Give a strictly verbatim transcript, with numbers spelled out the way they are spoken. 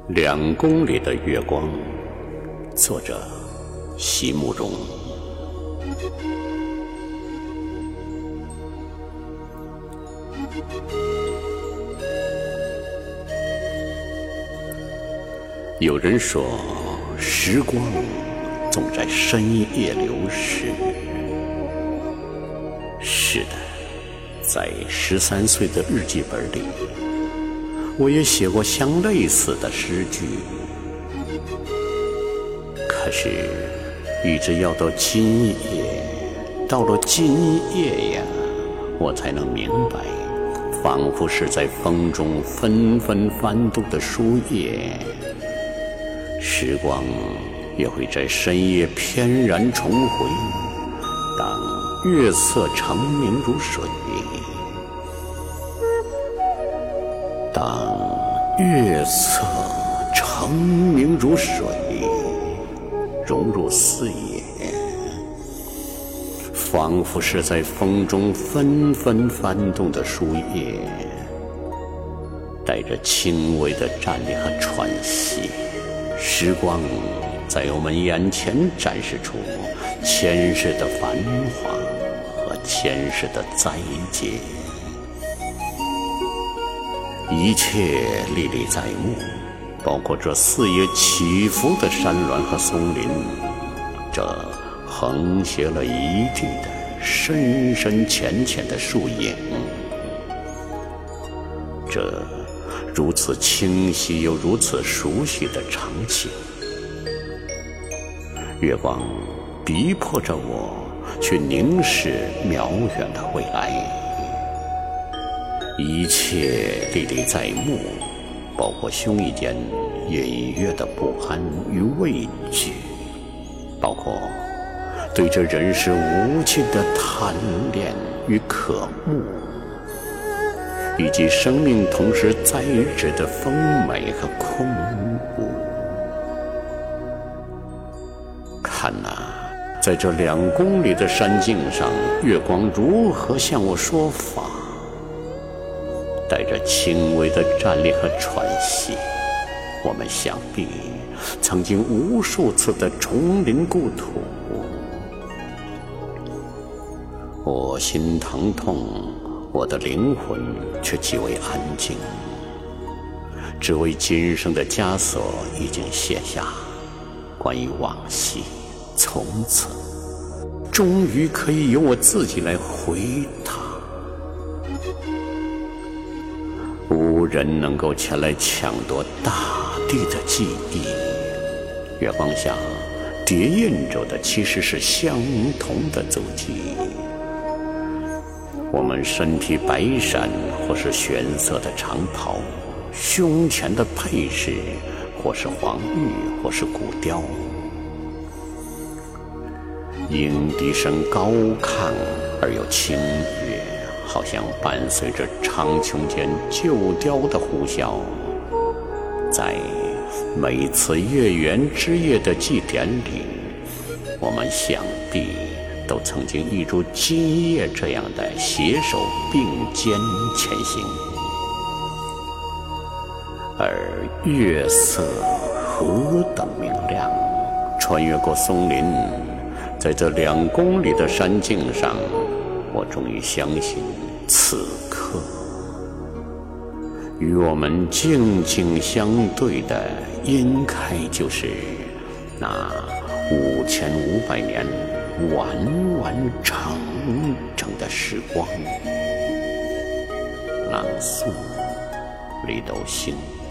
两公里的月光，作者席慕容。有人说，时光总在深夜流逝。是的，在十三岁的日记本里，我也写过相类似的诗句。可是，一直要到今夜，到了今夜呀，我才能明白，仿佛是在风中纷纷翻动的书页，时光也会在深夜翩然重回。当月色澄明如水，当月色澄明如水，融入四野，仿佛是在风中纷纷翻动的树叶，带着轻微的站立和喘息，时光在我们眼前展示出前世的繁华和前世的灾劫，一切历历在目，包括这四野起伏的山峦和松林，这横斜了一地的深深浅浅的树影，这如此清晰又如此熟悉的场景。月光逼迫着我去凝视渺远的未来，一切历历在目，包括胸臆间隐约的不安与畏惧，包括对这人世无尽的贪恋与渴慕，以及生命同时在指的丰美和空无。看哪，在这两公里的山径上，月光如何向我说法，带着轻微的站立和喘息。我们想必曾经无数次的重临故土，我心疼痛，我的灵魂却极为安静，只为今生的枷锁已经卸下。关于往昔，从此终于可以由我自己来回答，无人能够前来抢夺大地的记忆。月光下叠印着的其实是相同的足迹，我们身披白衫或是玄色的长袍，胸前的配饰或是黄玉或是古雕，鹰笛声高亢而又清越，好像伴随着长穹间旧雕的呼啸。在每次月圆之夜的祭典里，我们想必都曾经一如今夜这样的携手并肩前行。而月色何等明亮，穿越过松林，在这两公里的山径上，我终于相信，此刻与我们静静相对的，应该就是那五千五百年完完整整的时光。朗诵：李斗星。